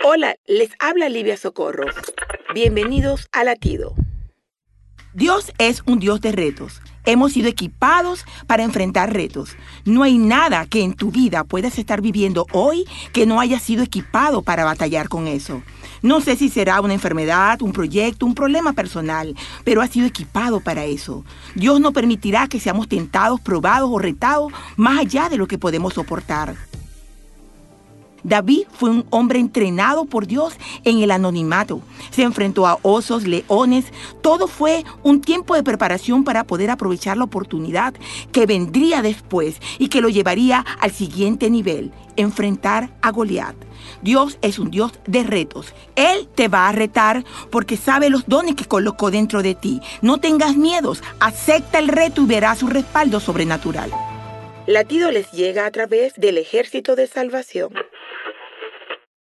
Hola, les habla Livia Socorro. Bienvenidos a Latido. Dios es un Dios de retos. Hemos sido equipados para enfrentar retos. No hay nada que en tu vida puedas estar viviendo hoy que no haya sido equipado para batallar con eso. No sé si será una enfermedad, un proyecto, un problema personal, pero ha sido equipado para eso. Dios no permitirá que seamos tentados, probados o retados más allá de lo que podemos soportar. David fue un hombre entrenado por Dios en el anonimato. Se enfrentó a osos, leones. Todo fue un tiempo de preparación para poder aprovechar la oportunidad que vendría después y que lo llevaría al siguiente nivel, enfrentar a Goliat. Dios es un Dios de retos. Él te va a retar porque sabe los dones que colocó dentro de ti. No tengas miedos, acepta el reto y verás su respaldo sobrenatural. Latido les llega a través del Ejército de Salvación.